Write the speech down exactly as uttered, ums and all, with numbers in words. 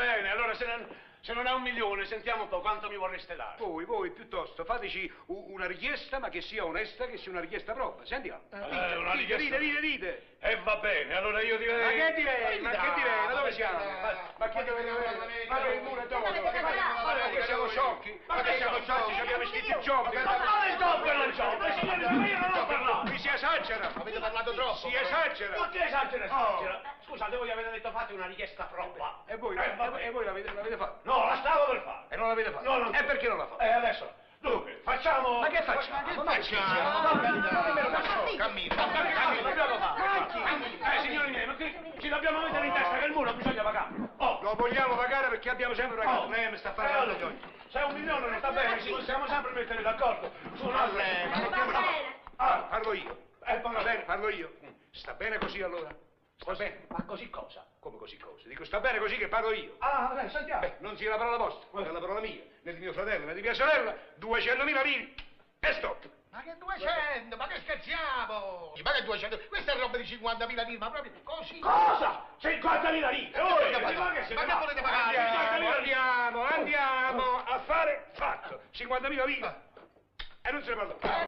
bene, allora se non, se non è un milione, sentiamo un po' quanto mi vorreste dare. Voi, voi piuttosto, fateci u- una richiesta, ma che sia onesta, che sia una richiesta propria. Sentiamo. Eh, Dite, una dite, richiesta- dite, dite, dite. E va bene, allora io direi... Ma che direi? Ma che direi? Ma dove ma siamo? che- Ma, ma che dove dove? Ma che il muro è dove? Dove Ma che dove ma dove? che siamo sciocchi? Ma che siamo sciocchi? Ci abbiamo vestiti il job. Ma dove il job e non job? Signore, ma io non ho parlato! Mi si esagera. Avete parlato troppo. Si esagera. Ma che esagera, esagera? Scusate, voi avete detto fate una richiesta troppa. E voi, Eh, va e, bene. e voi l'avete, l'avete fatto? No, la stavo per fare. E non l'avete fatto? No, non- E perché non l'ha fatto? Eh, adesso, dunque, facciamo... Ma che facciamo? Che Ma facciamo? Cammino. Ma che cosa dobbiamo fare? Macchi. Eh, signori miei, ma che ci dobbiamo mettere in testa che il muro bisogna pagarlo. Oh, Lo vogliamo pagare perché abbiamo sempre pagato. oh. Lei mi sta Eh, parlando allora, di oggi. se un milione non sta bene, ci possiamo sempre mettere d'accordo su un altro. Eh, ma Va mettiamo- bene. Ah, parlo io. Eh, parla Va bene, parlo io. Sta bene così allora? Sta bene. Ma così cosa? Come così cosa? Dico sta bene così che parlo io. Ah, beh, sentiamo. Beh, non sia la parola vostra, è la parola mia, né di mio fratello, né di mia sorella, duecentomila lire e stop. Ma che duecento? Ma che scherziamo? Ma che duecento? Questa è roba di cinquantamila lire, ma proprio così. Cosa? cinquantamila lire? Oh, volete ma pagare? che siete Ma che pazzi? volete pagare? Andiamo, andiamo, andiamo a fare fatto. cinquantamila lire. E non se ne parla.